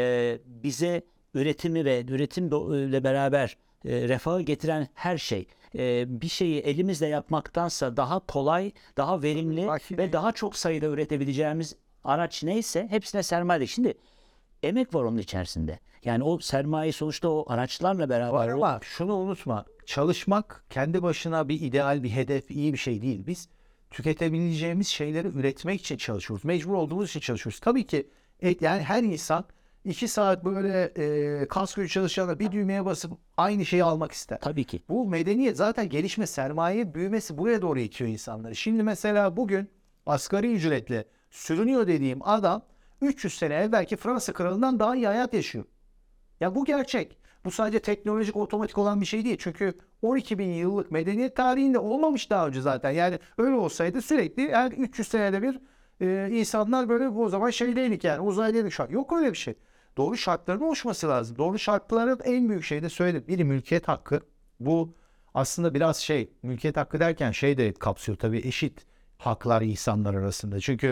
bize üretimi ve üretimle beraber refahı getiren her şey bir şeyi elimizle yapmaktansa daha kolay, daha verimli ve daha çok sayıda üretebileceğimiz araç neyse hepsine sermaye dedik. Şimdi emek var onun içerisinde. Yani o sermaye sonuçta o araçlarla beraber var ama şunu unutma. Çalışmak kendi başına bir ideal, bir hedef, iyi bir şey değil. Biz tüketebileceğimiz şeyleri üretmek için çalışıyoruz. Mecbur olduğumuz için çalışıyoruz. Tabii ki yani her insan 2 saat böyle kas gücü çalışanlar bir düğmeye basıp aynı şeyi almak ister. tabii ki. Bu medeniyet zaten gelişme, sermaye büyümesi buraya doğru itiyor insanları. Şimdi mesela bugün asgari ücretle sürünüyor dediğim adam 300 sene evvelki Fransa kralından daha iyi hayat yaşıyor. Ya bu gerçek. Bu sadece teknolojik, otomatik olan bir şey değil. Çünkü 12 bin yıllık medeniyet tarihinde olmamış daha önce zaten. Yani öyle olsaydı sürekli her 300 senede bir insanlar böyle o zaman şeydeydik yani uzaydaydık şu an. Yok öyle bir şey. Doğru şartların oluşması lazım. Doğru şartların en büyük şey de söyledim. Biri mülkiyet hakkı. Bu aslında biraz mülkiyet hakkı derken şey de kapsıyor tabii eşit haklar insanlar arasında. Çünkü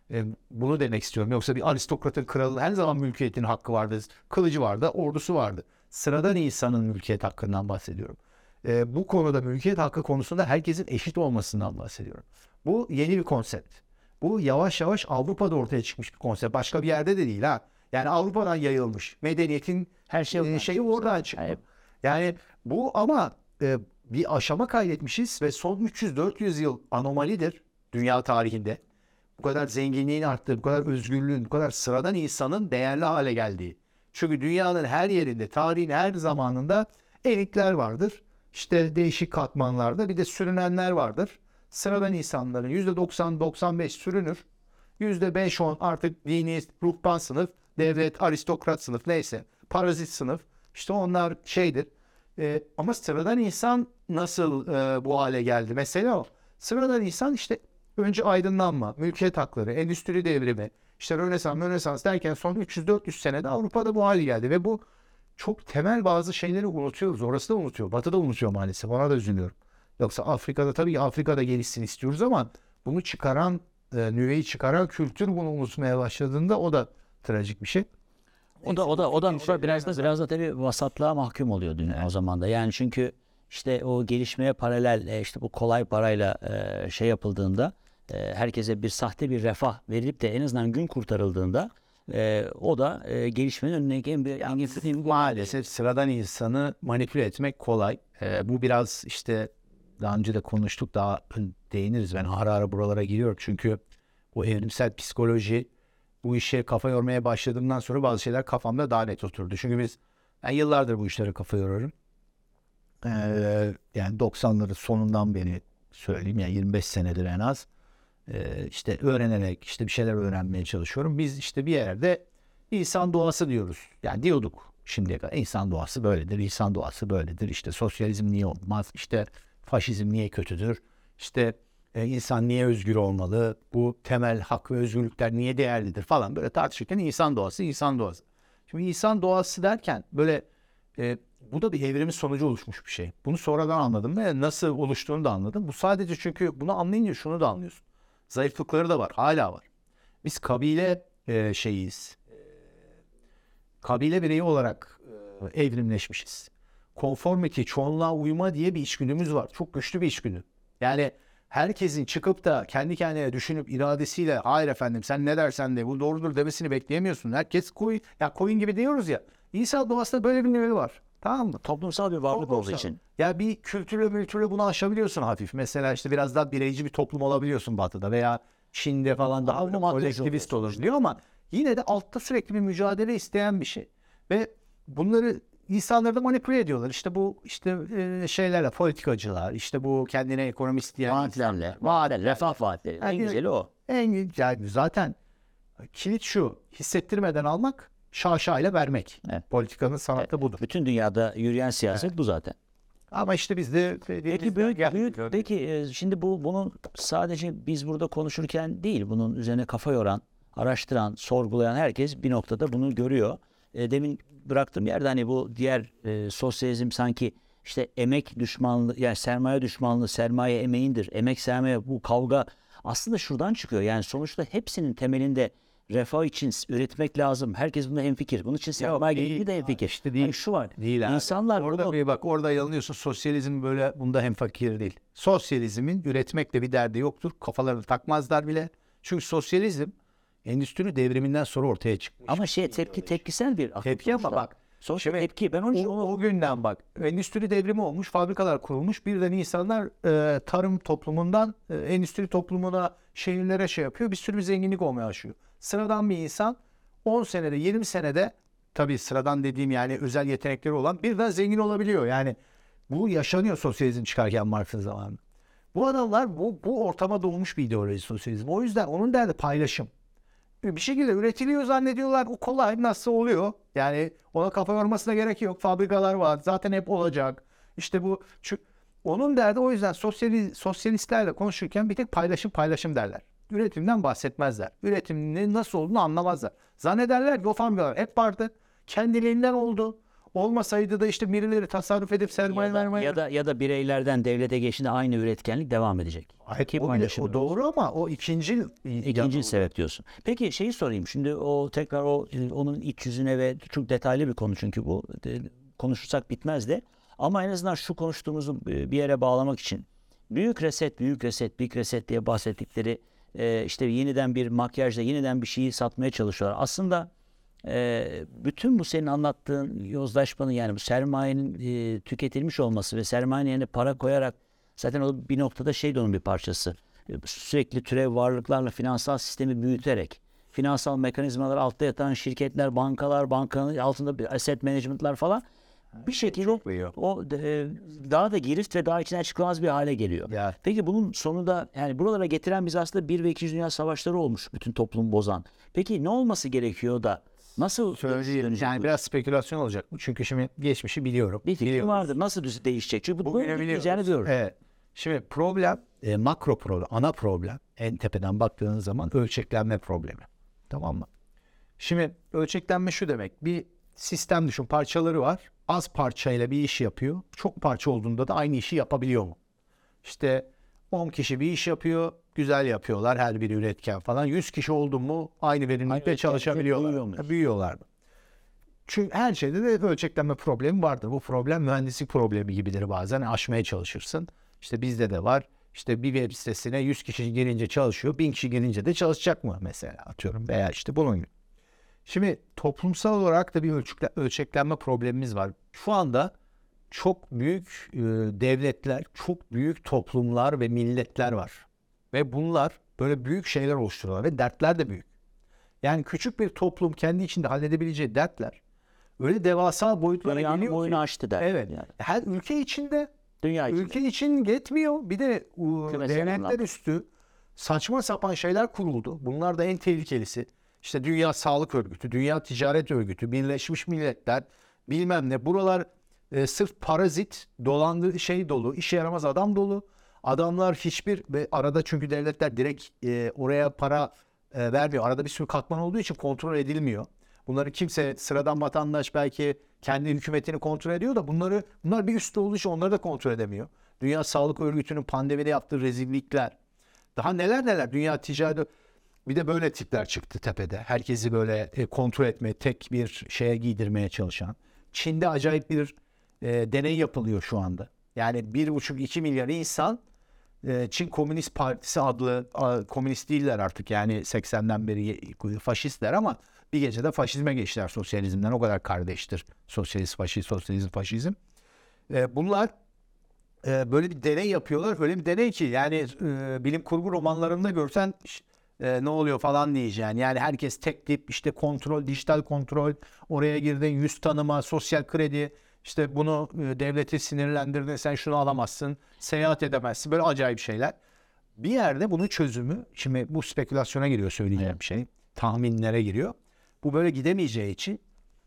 Bunu demek istiyorum. Yoksa bir aristokratın, kralın her zaman mülkiyetin hakkı vardı. Kılıcı vardı, ordusu vardı. Sıradan insanın mülkiyet hakkından bahsediyorum. Bu konuda mülkiyet hakkı konusunda herkesin eşit olmasından bahsediyorum. Bu yeni bir konsept. Bu yavaş yavaş Avrupa'da ortaya çıkmış bir konsept. Başka bir yerde de değil ha. Yani Avrupa'dan yayılmış. Medeniyetin Her şey şeyi oradan çıkıyor. Evet. Yani bu ama bir aşama kaydetmişiz ve son 300-400 yıl anomalidir dünya tarihinde. Bu kadar zenginliğin arttığı, bu kadar özgürlüğün, bu kadar sıradan insanın değerli hale geldiği. Çünkü dünyanın her yerinde, tarihin her zamanında elitler vardır. İşte değişik katmanlarda bir de sürünenler vardır. Sıradan insanların %90-95 sürünür. %5-10 artık dini, ruhban sınıf, devlet, aristokrat sınıf neyse, parazit sınıf. İşte onlar şeydir. Ama sıradan insan nasıl bu hale geldi? Mesela o. Sıradan insan işte önce aydınlanma, mülkiyet hakları, endüstri devrimi, işte Rönesans derken son 300-400 senede Avrupa'da bu hale geldi. Ve bu çok temel bazı şeyleri unutuyoruz. Orası da unutuyor. Batı da unutuyor maalesef. Ona da üzülüyorum. Yoksa Afrika'da tabii ki Afrika'da gelişsin istiyoruz ama bunu çıkaran, nüveyi çıkaran kültür bunu unutmaya başladığında o da trajik bir şey. O da biraz da tabii vasatlığa mahkum oluyor dünya o zaman da. Yani çünkü işte o gelişmeye paralel işte bu kolay parayla şey yapıldığında herkese bir sahte bir refah verilip de en azından gün kurtarıldığında o da gelişmenin önüne en Maalesef sıradan insanı manipüle etmek kolay. Bu biraz işte daha önce de konuştuk, daha değiniriz. Ben ara ara buralara giriyorum çünkü o evrimsel psikoloji bu işe kafa yormaya başladığımdan sonra bazı şeyler kafamda daha net oturdu. Çünkü ben yıllardır bu işlere kafa yoruyorum. Yani 90'ların sonundan beri söyleyeyim, yani 25 senedir en az. İşte öğrenerek işte bir şeyler öğrenmeye çalışıyorum. Biz işte bir yerde insan doğası diyoruz. Yani diyorduk şimdiye kadar. İnsan doğası böyledir, insan doğası böyledir. İşte sosyalizm niye olmaz? İşte faşizm niye kötüdür? İşte insan niye özgür olmalı? Bu temel hak ve özgürlükler niye değerlidir falan böyle tartışırken insan doğası, insan doğası. Şimdi insan doğası derken böyle bu da bir evrimin sonucu oluşmuş bir şey. Bunu sonradan anladım ve nasıl oluştuğunu da anladım. Bu sadece çünkü bunu anlayınca şunu da anlıyorsun. Zayıflıkları da var, hala var. Biz kabile şeyiyiz. Kabile bireyi olarak evrimleşmişiz. Conformity, çoğunluğa uyma diye bir içgüdümüz var. Çok güçlü bir içgüdü. Yani herkesin çıkıp da kendi kendine düşünüp iradesiyle hayır efendim sen ne dersen de bu doğrudur demesini bekleyemiyorsun. Herkes koyun gibi diyoruz ya. İnsan doğasında böyle bir niveli var. Tamam mı? toplumsal bir varlık olduğu için. Ya bir kültürle bunu aşabiliyorsun hafif. Mesela işte biraz daha bireyci bir toplum olabiliyorsun Batı'da veya Çin'de falan daha böyle kolektivist olur diyor ama yine de altta sürekli bir mücadele isteyen bir şey. Ve bunları insanları da manipüle ediyorlar. İşte bu şeylerle politikacılar, işte bu kendine ekonomist diyen Vaatlerle, refah vaatleri. En güzeli o. En güzel zaten kilit şu: hissettirmeden almak, şaşayla vermek. Evet. Politikanın sanatı budur. Bütün dünyada yürüyen siyaset bu zaten. Ama işte bizde Peki şimdi bunun sadece biz burada konuşurken değil, bunun üzerine kafa yoran, araştıran, sorgulayan herkes bir noktada bunu görüyor. Demin bıraktığım yerde hani bu diğer sosyalizm sanki işte emek düşmanlığı, yani sermaye düşmanlığı, sermaye emeğindir, emek sermaye, bu kavga aslında şuradan çıkıyor. Yani sonuçta hepsinin temelinde refah için üretmek lazım. Herkes bunda hemfikir. Bunun için sermaye gerekli de hemfikir. İşte değil. Yani şu var. Değil abi. İnsanlar orada yanılıyorsun. Sosyalizm böyle bunda hemfikir değil. Sosyalizmin üretmekle bir derdi yoktur. Kafalarını takmazlar bile. Çünkü sosyalizm endüstri devriminden sonra ortaya çıkmış. ama tepkisel bir akım. Tepki ama bak. Sonuçta Şimdi tepki. Ben onun o günden bak. Endüstri devrimi olmuş, fabrikalar kurulmuş. Birden insanlar tarım toplumundan endüstri toplumuna, şehirlere şey yapıyor. Bir sürü bir zenginlik olmaya başlıyor. Sıradan bir insan 10 senede, 20 senede, tabii sıradan dediğim yani özel yetenekleri olan, birden zengin olabiliyor. Yani bu yaşanıyor sosyalizm çıkarken Marx'ın zamanında. Bu adamlar bu ortama doğmuş bir ideoloji sosyalizm. O yüzden onun derdi paylaşım. Bir şekilde üretiliyor zannediyorlar. O kolay, nasıl oluyor? Yani ona kafa yormasına gerek yok. Fabrikalar var. Zaten hep olacak. İşte bu onun derdi, o yüzden sosyalistlerle konuşurken bir tek paylaşım derler. Üretimden bahsetmezler. Üretimin nasıl olduğunu anlamazlar. Zannederler ki o fabrikalar hep vardı. Kendiliğinden oldu. Olmasaydı da işte birileri tasarruf edip sermaye vermeye... Ya da bireylerden devlete geçtiğinde aynı üretkenlik devam edecek. Hayır, o doğru ama o İkinci sebep diyorsun. Peki şeyi sorayım. Şimdi tekrar onun iç yüzüne ve çok detaylı bir konu çünkü bu. Konuşursak bitmez de. Ama en azından şu konuştuğumuzu bir yere bağlamak için büyük reset, büyük reset, big reset diye bahsettikleri işte yeniden bir makyajla yeniden bir şeyi satmaya çalışıyorlar. Aslında bütün bu senin anlattığın yozlaşmanın, yani bu sermayenin tüketilmiş olması ve sermayenin yerine para koyarak, zaten o bir noktada şey de onun bir parçası. Sürekli türev varlıklarla finansal sistemi büyüterek, finansal mekanizmalar, altta yatan şirketler, bankanın altında bir asset management'lar falan bir şekilde daha da girift ve daha içinden çıkılmaz bir hale geliyor. Ya. Peki bunun sonunda, yani buralara getiren biz aslında 1 ve 2. Dünya Savaşları olmuş, bütün toplumu bozan. Peki ne olması gerekiyor da nasıl söyleyeyim? Yani biraz spekülasyon olacak. Çünkü şimdi geçmişi biliyorum. bir fikrim vardır. Nasıl değişecek? Çünkü bu böyle gideceğini diyoruz. Evet. Şimdi problem, makro problem, ana problem, en tepeden baktığınız zaman ölçeklenme problemi. Tamam mı? Şimdi ölçeklenme şu demek. Bir sistem düşün, parçaları var. Az parçayla bir iş yapıyor. Çok parça olduğunda da aynı işi yapabiliyor mu? İşte 10 kişi bir iş yapıyor. Güzel yapıyorlar. Her biri üretken falan. 100 kişi oldu mu aynı verimlilikle çalışabiliyorlar. Büyüyorlar mı? Çünkü her şeyde de ölçeklenme problemi vardır. Bu problem mühendislik problemi gibidir bazen. Aşmaya çalışırsın. İşte bizde de var. İşte bir web sitesine 100 kişi girince çalışıyor. 1000 kişi girince de çalışacak mı mesela, atıyorum. Veya işte bunun gibi. Şimdi toplumsal olarak da bir ölçeklenme problemimiz var. Şu anda çok büyük devletler, çok büyük toplumlar ve milletler var. Ve bunlar böyle büyük şeyler oluşturuyorlar ve dertler de büyük. Yani küçük bir toplum kendi içinde halledebileceği dertler öyle devasa boyutlara geliyor ki. Boyunu aştı der. Evet. Yani. Her ülke içinde, Dünya içinde. ülke için yetmiyor. Bir de devletler üstü saçma sapan şeyler kuruldu. Bunlar da en tehlikelisi. İşte Dünya Sağlık Örgütü, Dünya Ticaret Örgütü, Birleşmiş Milletler, bilmem ne. Buralar sırf parazit, dolandı dolu, işe yaramaz adam dolu. Adamlar hiçbir, ve arada çünkü devletler direkt oraya para vermiyor. Arada bir sürü katman olduğu için kontrol edilmiyor. Bunları kimse, sıradan vatandaş belki kendi hükümetini kontrol ediyor da bunlar bir üstte olduğu için onları da kontrol edemiyor. Dünya Sağlık Örgütü'nün pandemide yaptığı rezillikler. Daha neler, Dünya Ticaret. Bir de böyle tipler çıktı tepede. Herkesi böyle kontrol etmeye, tek bir şeye giydirmeye çalışan. Çin'de acayip bir deney yapılıyor şu anda. Yani 1,5-2 milyar insan Çin Komünist Partisi adlı, komünist değiller artık, yani 80'den beri faşistler ama bir gecede faşizme geçtiler sosyalizmden. O kadar kardeştir sosyalist, faşist, sosyalizm, faşizm. Bunlar böyle bir deney yapıyorlar. Öyle bir deney ki yani bilim kurgu romanlarında görsen ne oluyor falan diyeceksin. Yani herkes tek tip, işte kontrol, dijital kontrol, oraya girdin, yüz tanıma, sosyal kredi, işte bunu devleti sinirlendirdin, sen şunu alamazsın, seyahat edemezsin, böyle acayip şeyler. Bir yerde bunun çözümü, şimdi bu spekülasyona giriyor söyleyeceğim şey, tahminlere giriyor. Bu böyle gidemeyeceği için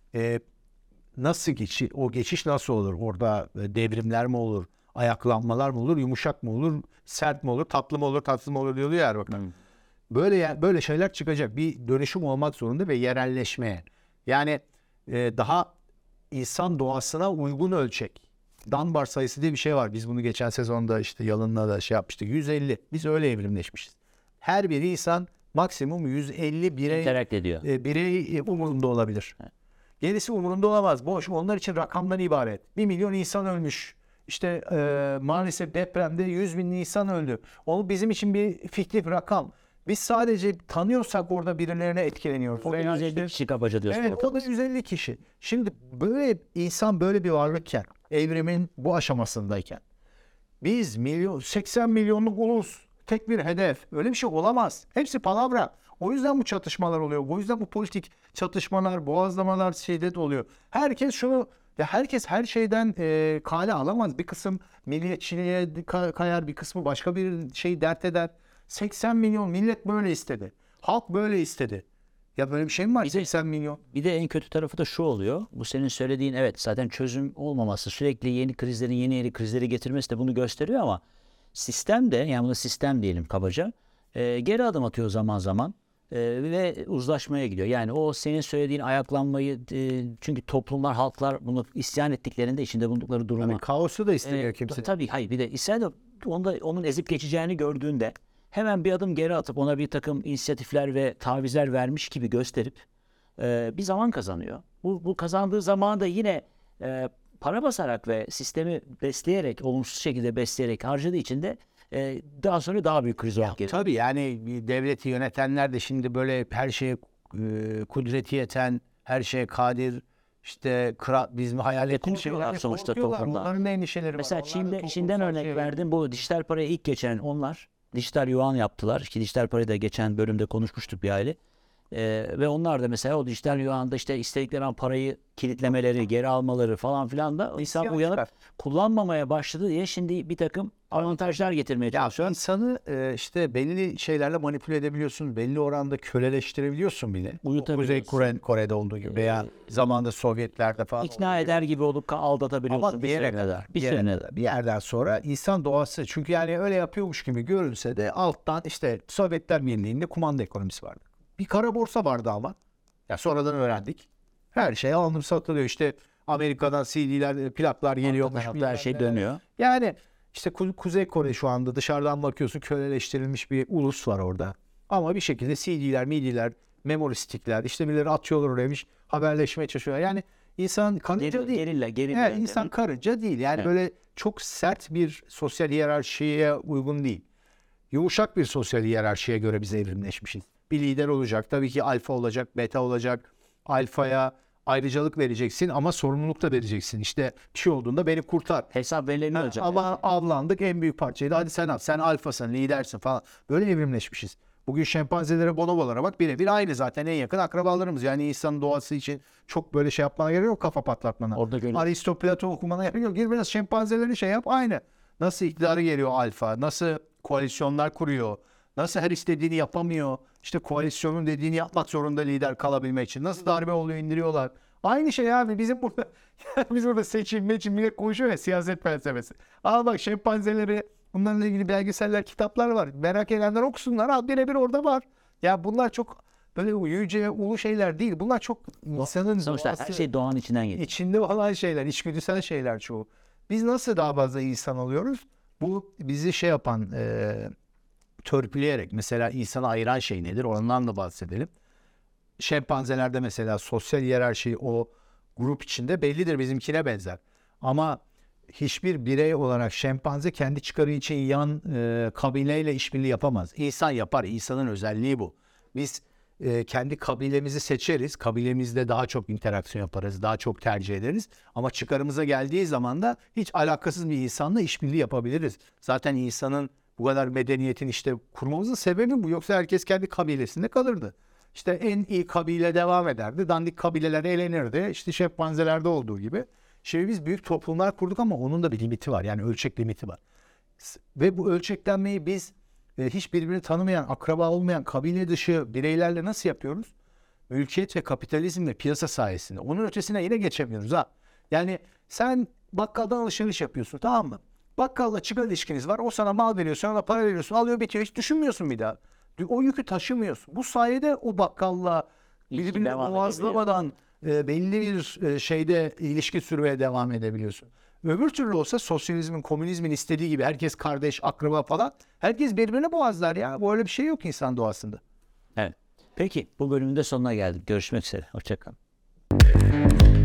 o geçiş nasıl olur? Orada devrimler mi olur? Ayaklanmalar mı olur? Yumuşak mı olur? Sert mi olur? Tatlı mı olur? Tatsız mı olur diyorlar ya bakın. Böyle şeyler çıkacak. Bir dönüşüm olmak zorunda ve yerelleşmeye. Yani daha insan doğasına uygun ölçek. Dunbar sayısı diye bir şey var. Biz bunu geçen sezonda işte Yalın'la da yapmıştık. 150. Biz öyle evrimleşmişiz. Her bir insan maksimum 150 birey umurunda olabilir. Gerisi umurunda olamaz. Boş. Onlar için rakamdan ibaret. 1 milyon insan ölmüş. İşte maalesef depremde 100 bin insan öldü. O bizim için bir fiktif rakam. Biz sadece tanıyorsak orada birilerine etkileniyoruz. O 150 kişi kabaca diyorsun. Evet, o da 150 kişi. Şimdi böyle insan, böyle bir varlıkken, evrimin bu aşamasındayken biz 80 milyonluk ulus, tek bir hedef, öyle bir şey olamaz. Hepsi palavra. O yüzden bu çatışmalar oluyor. O yüzden bu politik çatışmalar, boğazlamalar, şiddet oluyor. Herkes her şeyden kale alamaz. Bir kısım milliyetçiliğe kayar, bir kısmı başka bir şey dert eder. 80 milyon millet böyle istedi. Halk böyle istedi. Ya böyle bir şey mi var? 80 milyon. Bir de en kötü tarafı da şu oluyor. Bu senin söylediğin, evet, zaten çözüm olmaması, sürekli yeni krizleri getirmesi de bunu gösteriyor ama sistem de, yani buna sistem diyelim kabaca, geri adım atıyor zaman zaman. ve uzlaşmaya gidiyor. Yani o senin söylediğin ayaklanmayı, çünkü toplumlar, halklar bunu isyan ettiklerinde içinde bulundukları duruma. Yani kaosu da istemiyor kimse. Tabii hayır, bir de İsrail onun ezip geçeceğini gördüğünde hemen bir adım geri atıp ona bir takım inisiyatifler ve tavizler vermiş gibi gösterip bir zaman kazanıyor. Bu kazandığı zamanı da yine para basarak ve sistemi besleyerek, olumsuz şekilde besleyerek harcadığı için de daha sonra daha büyük kriz olarak geliyor. Tabii yani devleti yönetenler de şimdi böyle her şeye kudreti yeten, her şeye kadir, işte bizim hayal ettiğimiz korkuyorlar şeyler sonuçta korkuyorlar. toplumda. Onların da endişeleri Mesela var. Onlar da Çin'den toplumsal örnek şey- verdim. Bu dijital paraya ilk geçen onlar dijital yuan yaptılar. Ki dijital parayı da geçen bölümde konuşmuştuk bir aile. Ve onlar da mesela o dijital yuanda işte istedikleri an parayı kilitlemeleri, geri almaları falan filan da insan İsyan uyanıp çıkar. kullanmamaya başladı diye şimdi bir takım avantajlar getirmeye Ya çalışıyor. insanı işte belli şeylerle manipüle edebiliyorsun. Belli oranda köleleştirebiliyorsun bile. Uyutabiliyorsun. Kuzey Kore'de olduğu gibi veya zamanında Sovyetlerde falan. İkna eder gibi olup aldatabiliyorsun. Ama bir yere kadar. Bir sürene kadar. Bir yerden sonra insan doğası. Çünkü yani öyle yapıyormuş gibi görülse de alttan işte Sovyetler Birliği'nde kumanda ekonomisi vardı. Bir kara borsa vardı ama. Ya sonradan öğrendik. Her şey alınıp satılıyor. İşte Amerika'dan CD'ler, plaklar geliyormuş. Arka tarafta her şey dönüyor. Yani işte Kuzey Kore şu anda dışarıdan bakıyorsun köleleştirilmiş bir ulus var orada. Ama bir şekilde CD'ler, MIDI'ler, memory stickler işte birileri atıyorlar oraya haberleşmeye çalışıyorlar. Yani insan karınca değil. Gerilla. Evet, insan karınca değil. Yani Evet. böyle çok sert bir sosyal hiyerarşiye uygun değil. Yumuşak bir sosyal hiyerarşiye göre biz evrimleşmişiz. Bir lider olacak. Tabii ki alfa olacak, beta olacak. Alfaya ayrıcalık vereceksin ama sorumluluk da vereceksin. İşte bir şey olduğunda beni kurtar. Hesap verilerini olacak. Ama avlandık en büyük parçaydı. Hadi sen al. Sen alfasın, lidersin falan. Böyle evrimleşmişiz. Bugün şempanzelere, bonobolara bak birebir aynı zaten en yakın akrabalarımız. Yani insanın doğası için çok böyle şey yapmana gerek yok kafa patlatmana. Orada görüyoruz. Aristo, Platon okumana gerek yok. Gir biraz şempanzeleri şey yap aynı. Nasıl iktidarı geliyor alfa, nasıl koalisyonlar kuruyor, nasıl her istediğini yapamıyor. İşte koalisyonun dediğini yapmak zorunda lider kalabilmek için. Nasıl darbe oluyor indiriyorlar. Aynı şey abi bizim burada biz burada seçim millet konuşuyor ya siyaset felsefesi. Al bak şempanzeleri bunlarla ilgili belgeseller kitaplar var. Merak edenler okusunlar. Al birebir orada var. Ya bunlar çok böyle yüce ulu şeyler değil. Bunlar çok insanın Sonuçta her doğası şey doğanın içinden geliyor. içinde olan şeyler, içgüdüsel şeyler çoğu. Biz nasıl daha fazla insan oluyoruz? Bu bizi şey yapan törpüleyerek mesela insanı ayıran şey nedir? Ondan da bahsedelim. Şempanzelerde mesela sosyal hiyerarşi o grup içinde bellidir bizimkine benzer. Ama hiçbir birey olarak şempanze kendi çıkarı için yan kabileyle işbirliği yapamaz. İnsan yapar. İnsanın özelliği bu. Biz kendi kabilemizi seçeriz. Kabilemizde daha çok interaksiyon yaparız. Daha çok tercih ederiz. Ama çıkarımıza geldiği zaman da hiç alakasız bir insanla işbirliği yapabiliriz. Zaten insanın bu kadar medeniyetin işte kurmamızın sebebi bu. Yoksa herkes kendi kabilesinde kalırdı. İşte en iyi kabile devam ederdi. Dandik kabileler elenirdi. İşte şempanzelerde olduğu gibi. Şimdi biz büyük toplumlar kurduk ama onun da bir limiti var. Yani ölçek limiti var. Ve bu ölçeklenmeyi biz hiç birbirini tanımayan, akraba olmayan, kabile dışı bireylerle nasıl yapıyoruz? Mülkiyet ve kapitalizm ve piyasa sayesinde. Onun ötesine yine geçemiyoruz ha. Yani sen bakkaldan alışveriş yapıyorsun, tamam mı? Bakkalla çıkar ilişkiniz var. O sana mal veriyor, sana da para veriyorsun. Alıyor bitiyor. Hiç düşünmüyorsun bir daha. O yükü taşımıyorsun. Bu sayede o bakkalla birbirini devam boğazlamadan belli bir şeyde ilişki sürmeye devam edebiliyorsun. Öbür türlü olsa sosyalizmin, komünizmin istediği gibi herkes kardeş, akraba falan. Herkes birbirini boğazlar ya. Böyle bir şey yok insan doğasında. Evet. Peki bu bölümün de sonuna geldik. Görüşmek üzere. Hoşça kalın.